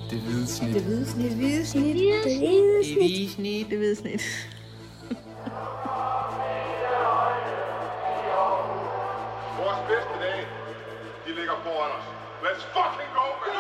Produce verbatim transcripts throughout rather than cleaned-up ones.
Det hvide snit. Det hvide snit. Det hvide snit. Det hvide snit. Det hvide snit. Det hvide snit. Vores bedste dage, de ligger foran os. Let's fucking go, man!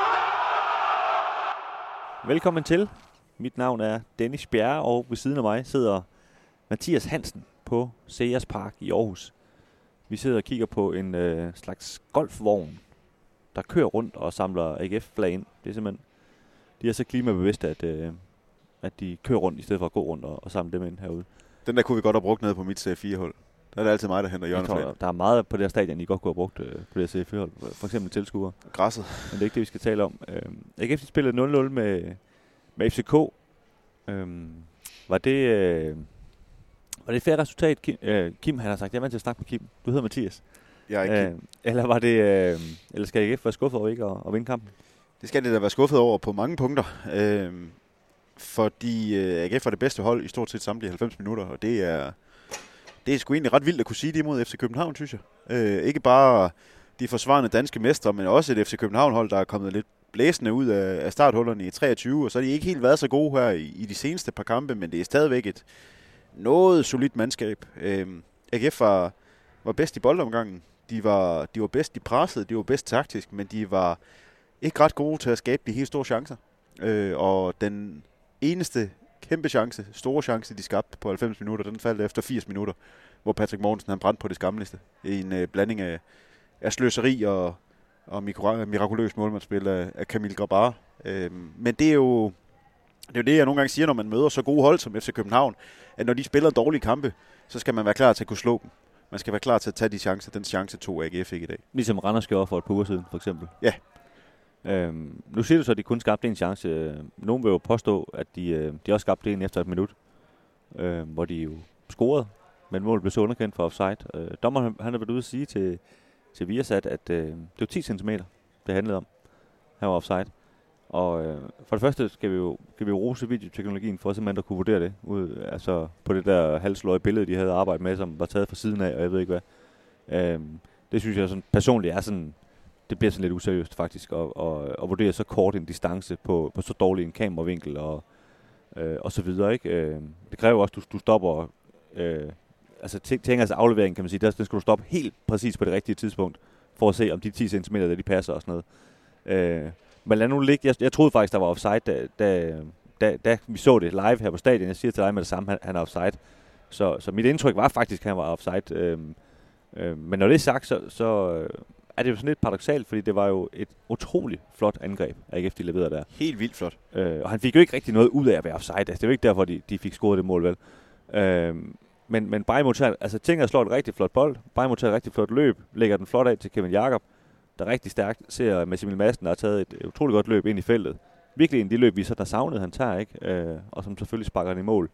Velkommen til. Mit navn er Dennis Bjerre, og ved siden af mig sidder Mathias Hansen på Sears Park i Aarhus. Vi sidder og kigger på en øh, slags golfvogn, der kører rundt og samler A G F-flag ind. Det er simpelthen, de er så klimabevidste, at, øh, at de kører rundt i stedet for at gå rundt og, og samle dem ind herude. Den der kunne vi godt have brugt nede på mit C fire hold. Der er det altid mig, der henter hjørneflag. Der er meget på det her stadion, I godt kunne have brugt øh, på det her C fire hold. For eksempel tilskuere. Græsset. Men det er ikke det, vi skal tale om. Øh, A G F spillede nul nul med, med F C K. Øh, var det... Øh, Var det et fair resultat, Kim? Øh, Kim han har sagt, jeg er vant til at snakke med Kim. Du hedder Mathias. Jeg er ikke Kim. Øh, eller var det, øh, eller skal A G F være skuffet over ikke at, at vinde kampen? Det skal det da være skuffet over på mange punkter. Øh, fordi øh, A G F var det bedste hold i stort set samtlige halvfems minutter, og det er, det er sgu egentlig ret vildt at kunne sige det imod F C København, synes jeg. Øh, ikke bare de forsvarende danske mestre, men også et F C København-hold, der er kommet lidt blæsende ud af, af starthullerne i treogtyve, og så har de ikke helt været så gode her i, i de seneste par kampe, men det er stadigvæk et noget solidt mandskab. Øhm, A G F var, var bedst i boldomgangen. De var, de var bedst i presset, de var bedst taktisk, men de var ikke ret gode til at skabe de helt store chancer. Øh, og den eneste kæmpe chance, store chance, de skabte på halvfems minutter, den faldt efter firs minutter, hvor Patrick Mortensen han brændte på det skamligste. I en øh, blanding af, af sløseri og, og mirakuløs målmandsspil af, af Camille Grabar. Øh, men det er jo Det er jo det, jeg nogle gange siger, når man møder så gode hold som F C København, at når de spiller dårlige kampe, så skal man være klar til at kunne slå dem. Man skal være klar til at tage de chancer. Den chance tog A G F ikke i dag. Ligesom Randers gjorde for et par uger siden, for eksempel. Ja. Øhm, nu siger du så, at de kun skabte en chance. Nogen vil jo påstå, at de, øh, de også skabte en efter et minut, øh, hvor de jo scorede, men målet blev så underkendt for offside. Øh, dommeren han har været ude at sige til, til Viasat, at øh, det var ti centimeter, det handlede om. Han var offside. Og øh, for det første skal vi jo, skal vi jo rose videoteknologien for simpelthen at kunne vurdere det ud, altså på det der halvsløje billede, de havde arbejdet med, som var taget fra siden af, og jeg ved ikke hvad. Øh, det synes jeg sådan, personligt er sådan, det bliver sådan lidt useriøst faktisk, at, at, at vurdere så kort en distance på, på så dårlig en kameravinkel og, øh, og så videre, ikke? Øh, det kræver også, at du, du stopper, øh, altså Tengers aflevering, kan man sige, der, der skal du stoppe helt præcis på det rigtige tidspunkt, for at se, om de ti centimeter, der de passer og sådan noget. Øh, Men lad nu ligge. Jeg, jeg troede faktisk, der var offside, da, da, da, da vi så det live her på stadion. Jeg siger til dig med det samme, han, han er offside. Så, så mit indtryk var faktisk, at han var offside. Øhm, øhm, men når det er sagt, så, så øh, er det jo sådan lidt paradoksalt, fordi det var jo et utroligt flot angreb, A G F de leverede der. Helt vildt flot. Øh, og han fik jo ikke rigtig noget ud af at være offside. Altså, det er jo ikke derfor, de, de fik scoret det mål, vel? Øhm, men men Brejmo tager, altså Tinger slår et rigtig flot bold. Brejmo tager et rigtig flot løb, lægger den flot af til Kevin Jakob, der er rigtig stærkt, ser Mads Emil Madsen, der har taget et utroligt godt løb ind i feltet. Virkelig en af de løb, vi så der savnede, han tager, ikke? Øh, og som selvfølgelig sparker han i mål.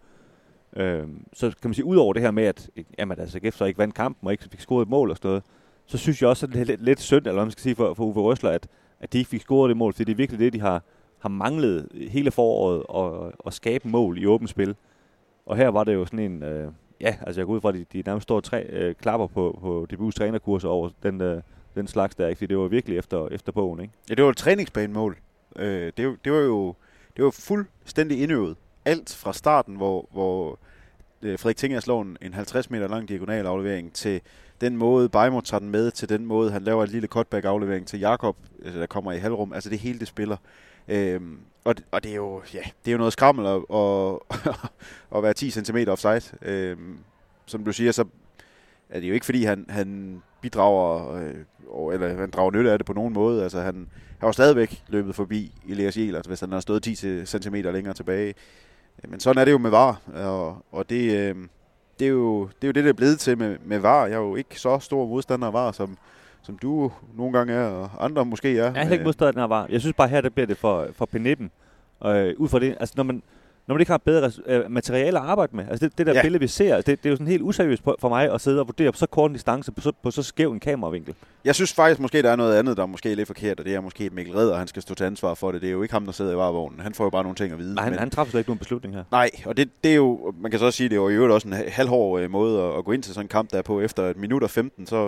Øh, så kan man sige, ud over det her med, at jamen, altså, A G F så ikke vandt kampen og ikke fik scoret et mål og sådan noget, så synes jeg også, at det er lidt, lidt synd, eller hvad man skal sige for, for Uwe Røsler, at, at de ikke fik scoret det mål, fordi det er virkelig det, de har, har manglet hele foråret at, at skabe mål i åbent spil. Og her var det jo sådan en, øh, ja, altså jeg går ud fra, at de, de nærmest står tre øh, klapper på, på D B U's trænerkurser over den øh, den slags der, ikke? Det var virkelig efter, efter bogen, ikke? Ja, det var et træningsbanemål. Øh, det, det var jo det var fuldstændig indøvet. Alt fra starten, hvor, hvor øh, Frederik Tinger slår en, en halvtreds meter lang diagonal aflevering, til den måde, Bejmo tager den med, til den måde, han laver et lille cutback-aflevering til Jakob, altså, der kommer i halvrum. Altså det hele, det spiller. Øh, og, og det er jo, ja, det er jo noget skrammel at, at, at være ti centimeter offside. Øh, som du siger, så er det jo ikke, fordi han, han bidrager, øh, eller han drager nytte af det på nogen måde. Altså, han har jo stadigvæk løbet forbi Elias Jelert, hvis han har stået ti centimeter længere tilbage. Men sådan er det jo med V A R, og, og det, øh, det, er jo, det er jo det, der er blevet til med, med V A R. Jeg er jo ikke så stor modstander af V A R, som, som du nogle gange er, og andre måske er. Jeg er ikke modstander af V A R. Jeg synes bare, her der bliver det for, for penippen. Øh, ud fra det, altså når man Når man ikke har bedre øh, materiale at arbejde med. Altså det, det der ja. billede, vi ser, altså det, det er jo sådan helt useriøst for mig at sidde og vurdere på så kort en distance, på så, på så skæv en kameravinkel. Jeg synes faktisk måske, der er noget andet, der er måske lidt forkert, og det er måske Mikkel Redder, han skal stå til ansvar for det. Det er jo ikke ham, der sidder i varevognen. Han får jo bare nogle ting at vide. Nej, han, men han træffer slet ikke nogen beslutning her. Nej, og det, det er jo, man kan så også sige, det er jo i øvrigt også en halvhård måde at gå ind til sådan en kamp, der er på efter et minut og femten, så,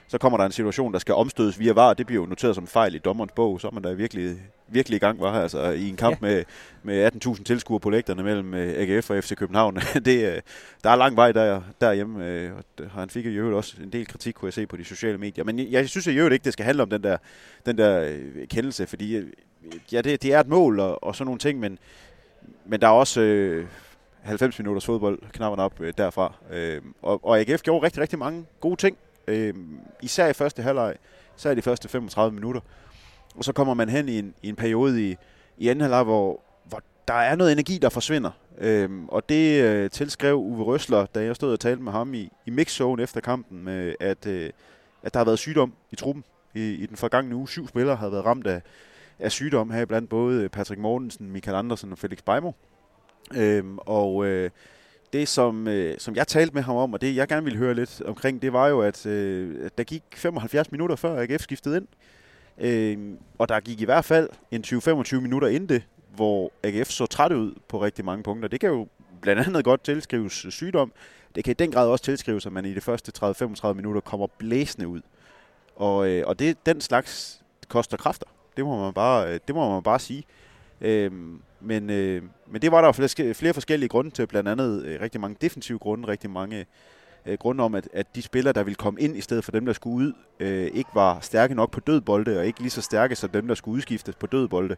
så kommer der en situation, der skal omstødes via V A R, det bliver jo noteret som fejl i dommerens bog, så er man da virkelig, virkelig i gang, var her, altså i en kamp ja. med, med atten tusind tilskuere på lægterne mellem A G F og F C København. det, der er lang vej der, derhjemme, og han fik jo også en del kritik, kunne jeg se på de sociale medier. Men jeg, jeg synes jo ikke, det skal handle om den der, den der kendelse, fordi ja, det, det er et mål og, og sådan nogle ting, men, men der er også øh, halvfems minutters fodbold, knapperne op øh, derfra. Øh, og, og A G F gjorde rigtig, rigtig mange gode ting, øh, især i første halvleg, især i de første femogtredive minutter. Og så kommer man hen i en, i en periode i, i anden halvleg, hvor, hvor der er noget energi, der forsvinder. Øh, og det øh, tilskrev Uwe Rösler, da jeg stod og talte med ham i, i mixzone efter kampen, med, at, øh, at der har været sygdom i truppen. I, i den forgangne uge syv spillere havde været ramt af af sygdom her blandt både Patrick Mortensen, Michael Andersen og Felix Beimo. Øhm, og øh, det, som, øh, som jeg talte med ham om, og det jeg gerne ville høre lidt omkring, det var jo, at, øh, at der gik femoghalvfjerds minutter før A G F skiftede ind. Øhm, og der gik i hvert fald en tyve til femogtyve minutter inden det, hvor A G F så træt ud på rigtig mange punkter. Det kan jo blandt andet godt tilskrives sygdom. Det kan i den grad også tilskrives, at man i de første tredive til femogtredive minutter kommer blæsende ud. Og, øh, og det, den slags koster kræfter. Det må man bare, det må man bare sige. Øhm, men, øh, men det var der jo flere, flere forskellige grunde til, blandt andet øh, rigtig mange defensive grunde, rigtig mange øh, grunde om, at, at de spillere, der ville komme ind i stedet for dem, der skulle ud, øh, ikke var stærke nok på dødbolde, og ikke lige så stærke som dem, der skulle udskiftes på dødbolde.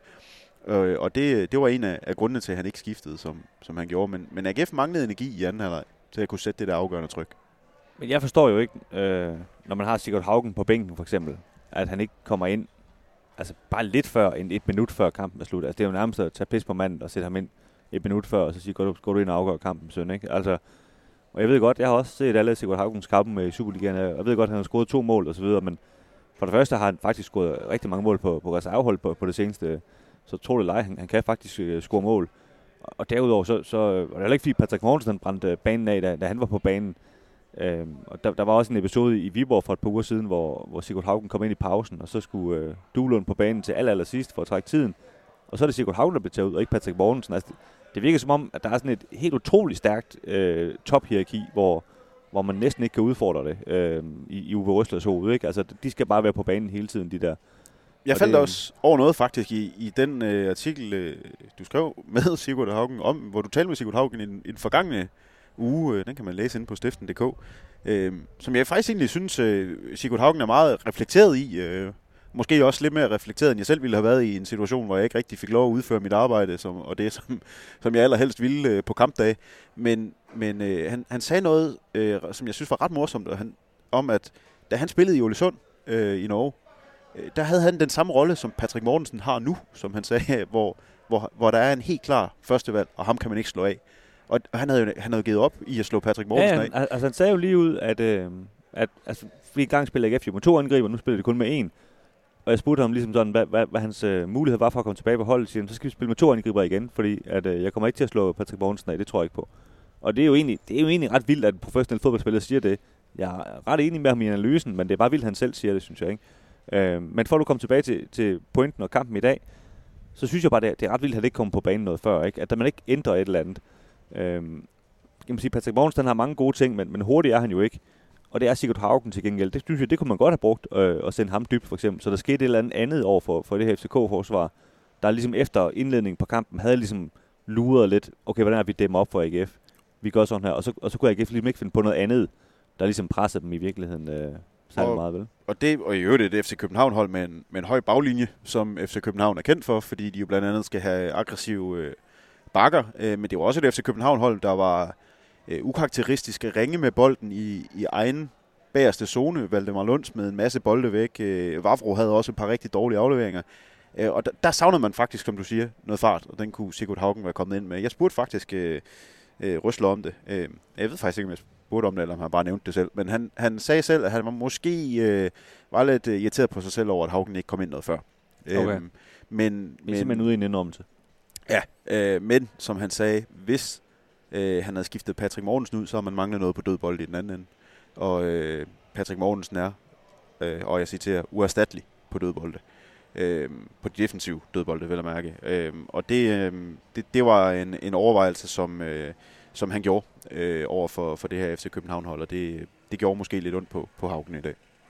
Øh, og det, det var en af, af grundene til, at han ikke skiftede, som, som han gjorde. Men, men A G F manglede energi i anden halvleg til at kunne sætte det der afgørende tryk. Men jeg forstår jo ikke, øh, når man har Sigurd Haugen på bænken for eksempel, at han ikke kommer ind altså bare lidt før, en et minut før kampen er slut. Altså det er jo nærmest at tage pis på manden og sætte ham ind et minut før, og så sige, går du, går du ind og afgør kampen, søn, ikke? Altså, og jeg ved godt, jeg har også set alle Sigurd Haugens kampe i Superligaen, og jeg ved godt, at han har scoret to mål og så videre, men for det første har han faktisk scoret rigtig mange mål på, på reservehold på, på det seneste, så tro det eller han, han kan faktisk uh, score mål. Og, og derudover, så, så var det heller ikke fordi Patrick Mortensen brændte banen af, da, da han var på banen. Øhm, og der, der var også en episode i Viborg for et par uger siden, hvor, hvor Sigurd Haugen kom ind i pausen, og så skulle øh, Duelund på banen til aller, aller sidst for at trække tiden. Og så er det Sigurd Haugen, der blev taget ud, og ikke Patrick Mortensen. Altså, det, det virker som om, at der er sådan et helt utroligt stærkt øh, tophierarki, hvor, hvor man næsten ikke kan udfordre det øh, i, i Uwe Röslers hoved, ikke? Altså, de skal bare være på banen hele tiden, de der. Jeg faldt det, også over noget faktisk i, i den øh, artikel, øh, du skrev med Sigurd Haugen, om, hvor du talte med Sigurd Haugen i den, i den forgangne uge, den kan man læse inde på stiften punktum d k, øh, som jeg faktisk egentlig synes, øh, Sigurd Haugen er meget reflekteret i. Øh, måske også lidt mere reflekteret, end jeg selv ville have været i en situation, hvor jeg ikke rigtig fik lov at udføre mit arbejde, som, og det, som, som jeg allerhelst ville øh, på kampdage. Men, men øh, han, han sagde noget, øh, som jeg synes var ret morsomt, og han, om at da han spillede i Ålesund øh, i Norge, øh, der havde han den samme rolle, som Patrick Mortensen har nu, som han sagde, hvor, hvor, hvor der er en helt klar førstevalg, og ham kan man ikke slå af. Og han havde jo han havde givet op i at slå Patrick Mortensen ja, af. Altså han sagde jo lige ud, at, øh, at altså, vi engang spillede A G F jo med to angriber, nu spiller det kun med en. Og jeg spurgte ham ligesom sådan, hvad, hvad, hvad hans øh, mulighed var for at komme tilbage på holdet. Siger, så skal vi spille med to angriber igen, fordi at, øh, jeg kommer ikke til at slå Patrick Mortensen af, det tror jeg ikke på. Og det er jo egentlig, det er jo egentlig ret vildt, at en professionel fodboldspiller siger det. Jeg er ret enig med ham i analysen, men det er bare vildt, han selv siger det, synes jeg, ikke? Øh, men for at du kommer tilbage til, til pointen og kampen i dag, så synes jeg bare, det er, det er ret vildt, at han ikke kom på banen noget før, ikke? At man ikke ændrer et eller andet. Øh, kan man sige, Patrick Mortensen har mange gode ting, men, men hurtigt er han jo ikke. Og det er Sigurd Haugen til gengæld. Det synes jeg, det kunne man godt have brugt øh, at sende ham dybt, for eksempel. Så der skete et eller andet andet over for, for det her F C K-forsvar, der ligesom efter indledningen på kampen havde ligesom luret lidt, okay, hvordan er vi dæmmer op for A G F? Vi gør sådan her, og så, og så kunne A G F ligesom ikke finde på noget andet, der ligesom pressede dem i virkeligheden øh, særlig meget, vel? Og det, og i øvrigt er det F C København-hold med en, med en høj baglinje, som F C København er kendt for, fordi de jo blandt andet skal have aggressive øh, bakker. Øh, men det var også et F C København-hold, der var øh, ukarakteristiske ringe med bolden i, i egen bagerste zone. Valdemar Lunds med en masse bolde væk. Øh, Vavro havde også et par rigtig dårlige afleveringer. Øh, og der, der savnede man faktisk, som du siger, noget fart, og den kunne Sigurd Haugen være kommet ind med. Jeg spurgte faktisk øh, øh, Rösler om det. Øh, jeg ved faktisk ikke, om jeg spurgte om det, eller om han bare nævnte det selv. Men han, han sagde selv, at han var måske øh, var lidt øh, irriteret på sig selv over, at Haugen ikke kom ind noget før. Okay. Øh, men, det er simpelthen ude i en indrømmelse. Ja, øh, men som han sagde, hvis øh, han havde skiftet Patrick Mortensen ud, så har man manglet noget på dødbold i den anden ende. Og øh, Patrick Mortensen er, øh, og jeg citerer, uerstattelig på dødbolde. Øh, på de defensive dødbolde, vil jeg mærke. Øh, og det, øh, det, det var en, en overvejelse, som, øh, som han gjorde øh, over for, for det her F C København-hold, og det, det gjorde måske lidt ondt på, på Haugen i dag.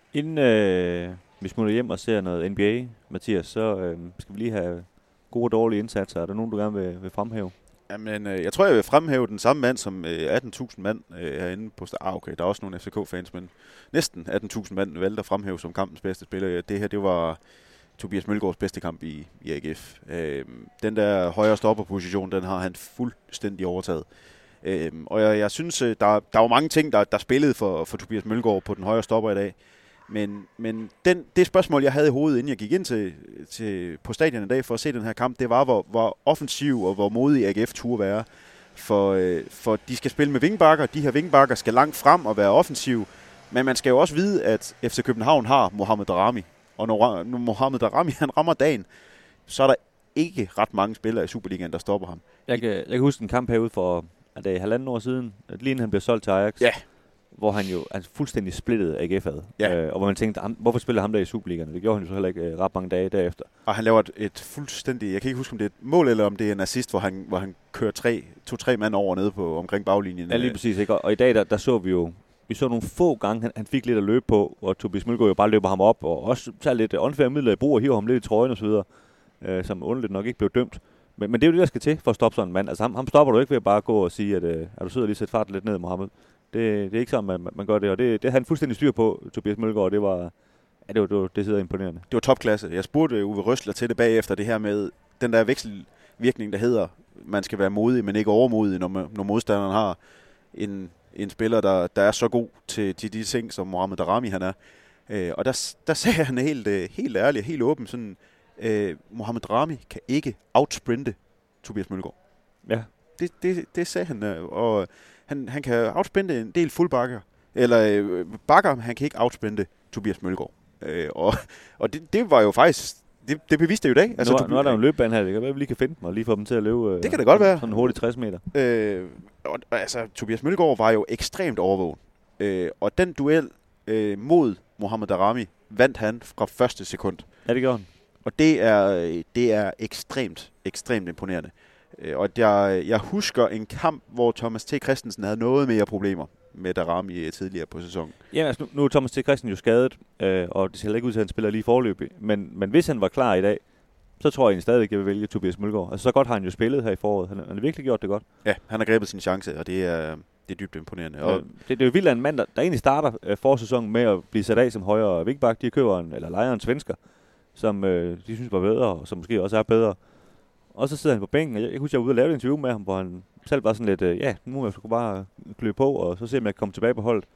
Inden øh, vi smutter hjem og ser noget N B A, Mathias, så øh, skal vi lige have gode og dårlige indsatser. Er der nogen, du gerne vil, vil fremhæve? Jamen, øh, jeg tror, jeg vil fremhæve den samme mand som øh, atten tusind mand øh, herinde på... Ah, okay, der er også nogle F C K-fans, men næsten atten tusind mand valgte at fremhæve som kampens bedste spiller. Det her, det var Tobias Mølgaards bedste kamp i, i A G F. Øh, den der højre stopperposition, den har han fuldstændig overtaget. Øh, og jeg, jeg synes, der, der var mange ting, der, der spillede for, for Tobias Mølgaard på den højre stopper i dag. Men, men den, det spørgsmål, jeg havde i hovedet, inden jeg gik ind til, til, på stadion i dag for at se den her kamp, det var, hvor, hvor offensiv og hvor modig A G F turde være. For, øh, for de skal spille med vingbakker, de her vingbakker skal langt frem og være offensiv. Men man skal jo også vide, at F C København har Mohamed Daramy. Og når, når Mohamed Daramy han rammer dagen, så er der ikke ret mange spillere i Superligaen, der stopper ham. Jeg kan, jeg kan huske en kamp herude for er det halvanden år siden, lige inden han blev solgt til Ajax. Ja. Hvor han jo han fuldstændig splittede A G F ad. Ja. Øh, og hvor man tænkte, hvorfor spiller ham der i Superligaen? Det gjorde han jo så heller ikke øh, ret mange dage derefter. Og han laver et, et fuldstændig, jeg kan ikke huske, om det er et mål, eller om det er en assist, hvor han, hvor han kører tre, to-tre mand over nede på omkring baglinjen. Ja, lige præcis. Ikke? Og, og i dag, der, der så vi jo, vi så nogle få gange, han, han fik lidt at løbe på, og Tobias Mølgaard jo bare løber ham op, og også tager lidt unfair midler i brug, og hiver ham lidt i trøjen osv., øh, som underligt nok ikke blev dømt. Men, men det er jo det, der skal til for at stoppe sådan en mand. Altså ham, ham stopper du ikke ved at bare gå og sige, at øh, er du sød og lige sætte farten lidt ned, Mohammed. Det, det er ikke sådan, man, man gør det, og det, det havde han fuldstændig styr på, Tobias Mølgaard, og det var, ja, det var, det var det sidder imponerende. Det var topklasse. Jeg spurgte Uwe Røsler til det bagefter, det her med den der vekselvirkning, der hedder, man skal være modig, men ikke overmodig, når, når modstanderen har en, en spiller, der, der er så god til, til de ting, som Mohamed Daramy han er. Øh, og der, der sagde han helt, helt ærligt, helt åben, sådan, øh, Mohamed Daramy kan ikke outsprinte Tobias Mølgaard. Ja. Det, det, det sagde han, og han, han kan outsprinte en del fuldbakker, eller øh, bakker, han kan ikke outsprinte Tobias Mølgaard. Øh, og og det, det var jo faktisk, det, det beviste det jo i dag. Altså, nu, er, nu er der jo en løbebane her, det kan være, vi lige kan finde dem, og lige få dem til at løbe øh, det kan det godt være. Sådan hurtigt tres meter. Øh, og, altså, Tobias Mølgaard var jo ekstremt overvågen. Øh, og den duel øh, mod Mohamed Daramy vandt han fra første sekund. Ja, det gjorde han. Og det er, det er ekstremt, ekstremt imponerende. Og jeg, jeg husker en kamp, hvor Thomas T. Christensen havde noget mere problemer med Daramy tidligere på sæsonen. Ja, altså nu, nu er Thomas T. Christensen jo skadet, øh, og det ser ikke ud til, at han spiller lige forløbig. Men, men hvis han var klar i dag, så tror jeg egentlig stadig, at jeg vil vælge Tobias Mølgaard. Altså så godt har han jo spillet her i foråret. Han, han har virkelig gjort det godt. Ja, han har grebet sin chance, og det er, det er dybt imponerende. Og øh, det, det er jo vildt, at en mand, der, der egentlig starter øh, forårssæsonen med at blive sat af som højre vingbak, de køber en, eller lejer en svensker, som øh, de synes var bedre, og som måske også er bedre. Og så sidder han på bænken, og jeg, jeg husker, jeg var ude og lave et interview med ham, hvor han selv var sådan lidt, øh, ja, nu må jeg sgu bare klø på, og så se, om jeg kan komme tilbage på holdet.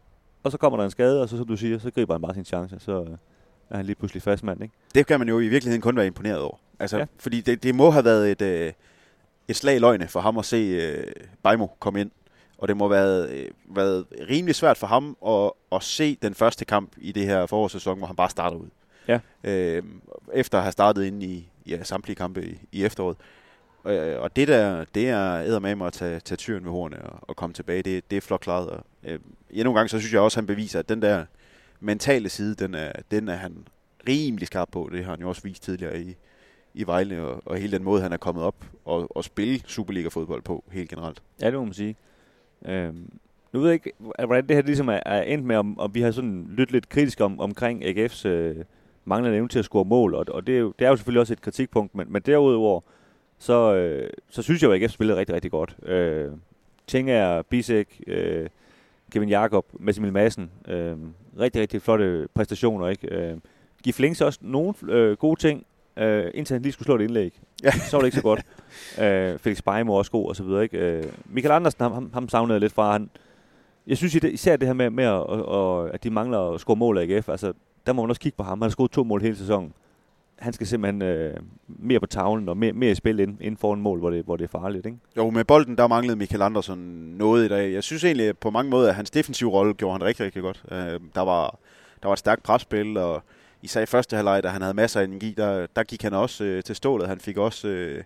Og så kommer der en skade, og så, som du siger, så griber han bare sin chance, så øh, er han lige pludselig fast mand, ikke? Det kan man jo i virkeligheden kun være imponeret over. Altså, ja. Fordi det, det må have været et, øh, et slag i løgne for ham at se øh, Bajmo komme ind. Og det må have været, øh, været rimelig svært for ham at, at se den første kamp i det her forårssæson, hvor han bare starter ud. Ja. Øh, efter at have startet ind i ja, samtlige kampe i, i efteråret. Og, og det der, det er eddermame at tage, tage tyren ved hornene og, og komme tilbage. Det, det er flot klaret. Og, øh, ja, nogle gange så synes jeg også, at han beviser, at den der mentale side, den er, den er han rimelig skarp på. Det har han jo også vist tidligere i, i Vejle, og, og hele den måde, han er kommet op og, og spille Superliga-fodbold på, helt generelt. Ja, det må man sige. Øhm, nu ved jeg ikke, hvordan det her ligesom er, er endt med, om, om vi har sådan lyttet lidt kritisk om, omkring A G F's øh, manglende evne til at score mål, og, og det, er jo, det er jo selvfølgelig også et kritikpunkt, men, men derudover, så, øh, så synes jeg jo, at A G F spillede rigtig, rigtig godt. Øh, Tinger, Bisek, øh, Kevin Jakob, Messimil Madsen, øh, rigtig, rigtig flotte præstationer, ikke? Øh, Gif Links også nogle øh, gode ting, øh, indtil han lige skulle slå et indlæg. Ja. Så var det ikke så godt. øh, Felix Bajmo også god, og så videre, ikke? Øh, Michael Andersen, ham, ham savnede jeg lidt fra. Han, jeg synes især det her med, med at, at, at de mangler at score mål af A G F, altså, der må man også kigge på ham. Han har scoret to mål hele sæsonen. Han skal simpelthen øh, mere på tavlen og mere, mere i spil inden, inden for en mål, hvor det, hvor det er farligt, ikke? Jo, med bolden, der manglede Michael Andersen noget i dag. Jeg synes egentlig, at på mange måder, at hans defensive rolle gjorde han rigtig, rigtig godt. Uh, der, var, der var et stærkt presspil, og især i første halvleg, da han havde masser af energi, der, der gik han også øh, til stålet. Han fik også øh,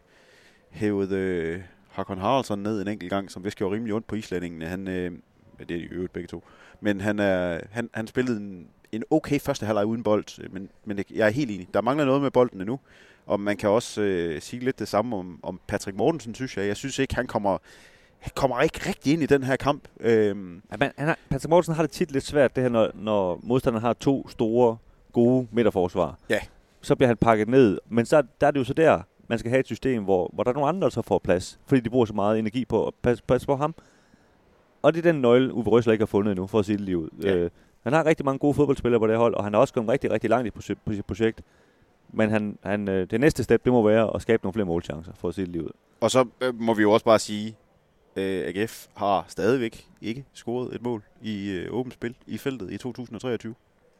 hævet øh, Håkon Haraldsson ned en enkelt gang, som vist gjorde rimelig ondt på islændingene. Han, øh, det er de øvrigt begge to. Men han, øh, han, han spillede en, en okay første halvleg uden bold, men, men det, jeg er helt enig. Der mangler noget med bolden endnu, og man kan også øh, sige lidt det samme om, om Patrick Mortensen, synes jeg. Jeg synes ikke, han kommer han kommer ikke rigtig ind i den her kamp. Øhm. Ja, men han har, Patrick Mortensen har det tit lidt svært, det her, når, når modstanderen har to store, gode midterforsvar. Ja. Så bliver han pakket ned. Men så der er det jo så der, man skal have et system, hvor, hvor der er nogle andre, der så får plads. Fordi de bruger så meget energi på at passe, passe på ham. Og det er den nøgle, Uwe Rösler ikke har fundet endnu, for at sige det lige ud. Ja. Øh, han har rigtig mange gode fodboldspillere på det hold, og han har også kommet rigtig, rigtig langt i på sit projekt. Men han, han, det næste step, det må være at skabe nogle flere målchancer, for at sige det lige ud. Og så øh, må vi jo også bare sige, øh, A G F har stadigvæk ikke scoret et mål i øh, åbent spil i feltet i to tusind og treogtyve.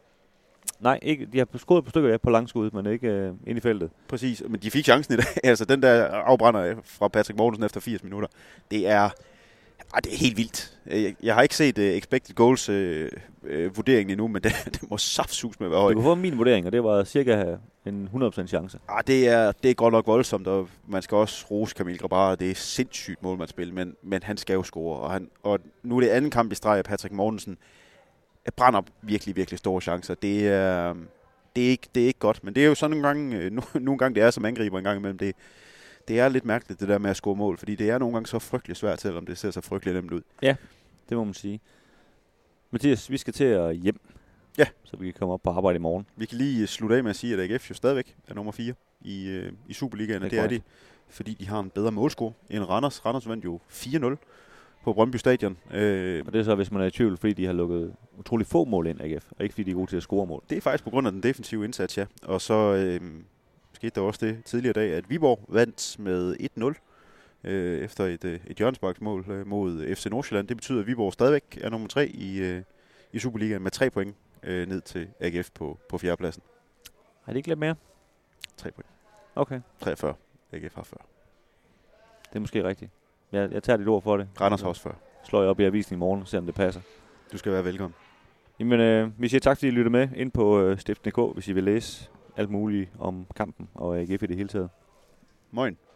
Nej, ikke, de har scoret på stykker ja, på langskud, men ikke øh, ind i feltet. Præcis, men de fik chancen i dag. Altså den der afbrænder fra Patrick Mortensen efter firs minutter, det er, ah, det er helt vildt. Jeg, jeg har ikke set uh, expected goals uh, uh, vurderingen endnu, men det, det må saftsus med at være høj. Du kunne få min vurdering, og det var cirka en hundrede procent chance. Ah, det, er, det er godt nok voldsomt, og man skal også rose Kamil Grabara. Det er sindssygt målmandsspil, men, men han skal jo score. Og, han, og nu er det anden kamp i streg af Patrick Mortensen. Jeg brænder virkelig, virkelig store chancer. Det er, det, er ikke, det er ikke godt, men det er jo sådan nogle gange, nogle gange det er som angriber en gang imellem. Det, det er lidt mærkeligt, det der med at score mål, fordi det er nogle gange så frygteligt svært, selvom det ser så frygteligt nemt ud. Ja, det må man sige. Mathias, vi skal til at hjem, ja, så vi kan komme op på arbejde i morgen. Vi kan lige slutte af med at sige, at A G F jo stadigvæk er nummer fire i, øh, i Superligaen, og det er de, fordi de har en bedre målscore end Randers. Randers vandt jo fire nul på Brøndby Stadion. Øh, og det er så, hvis man er i tvivl, fordi de har lukket utrolig få mål ind, A G F, og ikke fordi de er gode til at score mål. Det er faktisk på grund af den defensive indsats, ja. Og så øh, skete der også det tidligere dag, at Viborg vandt med et nul øh, efter et, øh, et hjørnesparksmål øh, mod F C Nordsjælland. Det betyder, at Viborg stadigvæk er nummer tre i, øh, i Superligaen med tre point øh, ned til A G F på, på fjerdepladsen. Har de ikke lidt mere? Tre point. Okay. treogfyrre. A G F har fyrre. Det er måske rigtigt. Jeg, jeg tager dit ord for det. Randers har også fyrre. Slår jeg op i avisen i morgen og ser, om det passer. Du skal være velkommen. Jamen, øh, vi siger tak, fordi I lytter med ind på øh, Stift punktum d k, hvis I vil læse alt muligt om kampen og A G F i det hele taget. Moin.